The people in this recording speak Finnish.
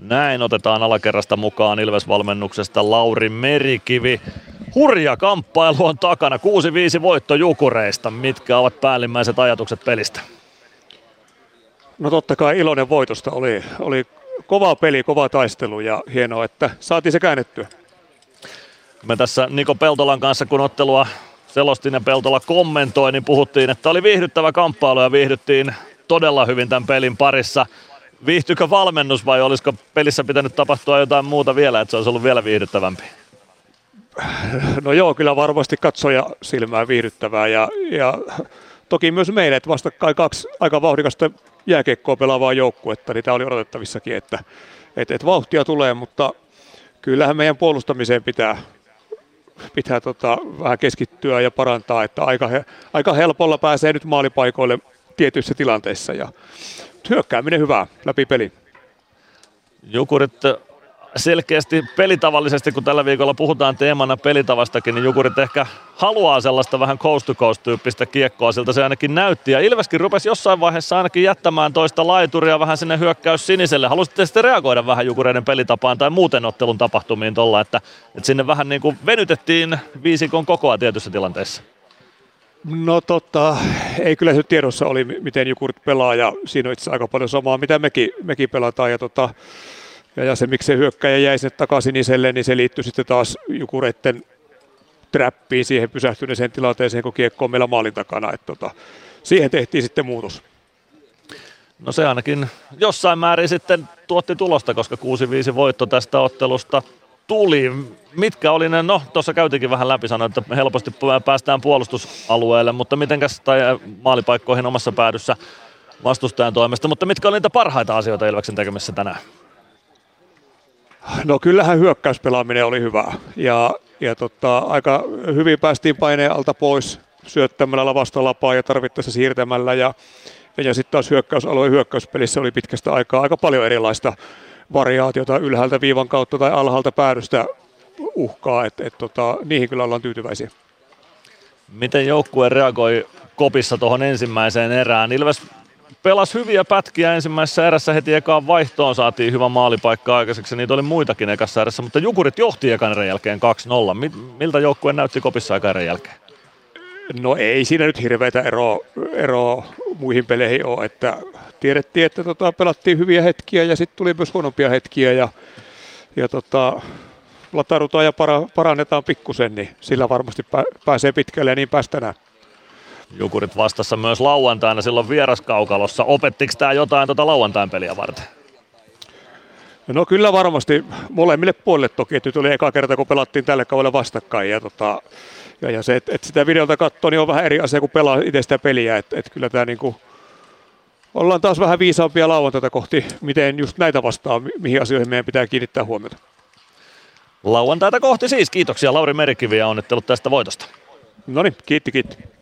Näin otetaan alakerrasta mukaan Ilves-valmennuksesta Lauri Merikivi. Hurja kamppailu on takana, 6-5 voitto Jukureista. Mitkä ovat päällimmäiset ajatukset pelistä? No totta kai iloinen voitosta, oli kova peli, kova taistelu ja hienoa, että saatiin se käännettyä. Me tässä Niko Peltolan kanssa, kun ottelua selostin ja Peltola kommentoi, niin puhuttiin, että oli viihdyttävä kamppailu ja viihdyttiin todella hyvin tämän pelin parissa. Viihtyykö valmennus vai olisiko pelissä pitänyt tapahtua jotain muuta vielä, että se olisi ollut vielä viihdyttävämpi? No joo, kyllä varmasti katsoja silmään viihdyttävää ja toki myös meille, että vastakkain kaksi aika vauhdikasta jääkiekkoa pelaavaa joukkuetta, niin tämä oli odotettavissakin, että vauhtia tulee, mutta kyllähän meidän puolustamiseen pitää vähän keskittyä ja parantaa, että aika helpolla pääsee nyt maalipaikoille tietyissä tilanteissa ja hyökkääminen hyvää läpi peli. Jukurit selkeästi pelitavallisesti, kun tällä viikolla puhutaan teemana pelitavastakin, niin Jukurit ehkä haluaa sellaista vähän coast to coast -tyyppistä kiekkoa, siltä se ainakin näytti. Ja Ilveskin rupesi jossain vaiheessa ainakin jättämään toista laituria vähän sinne hyökkäys siniselle. Haluaisitte sitten reagoida vähän Jukureiden pelitapaan tai muuten ottelun tapahtumiin tuolla, että sinne vähän niin kuin venytettiin viisikon kokoa tietyissä tilanteissa? No ei kyllä se tiedossa oli, miten Jukurit pelaa ja siinä on itse aika paljon samaa, mitä mekin pelataan ja se miksi se hyökkäjä jäi sinne takasiniselle, niin se liittyy sitten taas Jukureiden trappiin, siihen pysähtyneeseen tilanteeseen, kun kiekko on meillä maalin takana. Siihen tehtiin sitten muutos. No se ainakin jossain määrin sitten tuotti tulosta, koska 6-5 voitto tästä ottelusta tuli. Mitkä oli ne, no tuossa käytiinkin vähän läpi, sanoin, että helposti päästään puolustusalueelle, mutta tai maalipaikkoihin omassa päädyssä vastustajan toimesta, mutta mitkä oli niitä parhaita asioita Ilveksen tekemisessä tänään? No kyllähän hyökkäyspelaaminen oli hyvä ja aika hyvin päästiin paineen alta pois syöttämällä vastalapaa ja tarvittaessa siirtämällä ja sitten taas hyökkäysalueen hyökkäyspelissä oli pitkästä aikaa aika paljon erilaista variaatiota ylhäältä viivan kautta tai alhaalta päädystä uhkaa, niihin kyllä ollaan tyytyväisiä. Miten joukkue reagoi kopissa tuohon ensimmäiseen erään? Ilves pelasi hyviä pätkiä ensimmäisessä erässä, heti ekaan vaihtoon saatiin hyvä maalipaikka aikaiseksi, niitä oli muitakin ekassa erässä, mutta Jukurit johti ekan erän jälkeen 2-0. Miltä joukkue näytti kopissa ekan erän jälkeen? No ei siinä nyt hirveätä eroa muihin peleihin ole, että tiedettiin, että pelattiin hyviä hetkiä ja sitten tuli myös huonompia hetkiä ja lataudutaan ja parannetaan pikkusen, niin sillä varmasti pääsee pitkälle ja niin päästään. Jukurit vastassa myös lauantaina silloin vieraskaukalossa. Opettiko tämä jotain lauantain peliä varten? No kyllä varmasti molemmille puolille toki, että nyt oli eka kerta kun pelattiin tälle kaudelle vastakkain ja se, että sitä videolta katsoo, niin on vähän eri asia kuin pelaa itse sitä peliä, että kyllä tämä niinku ollaan taas vähän viisaampia lauantaita kohti, miten just näitä vastaan, mihin asioihin meidän pitää kiinnittää huomiota. Lauantaita kohti siis. Kiitoksia Lauri Merikivi ja onnittelut tästä voitosta. Noniin, kiitti.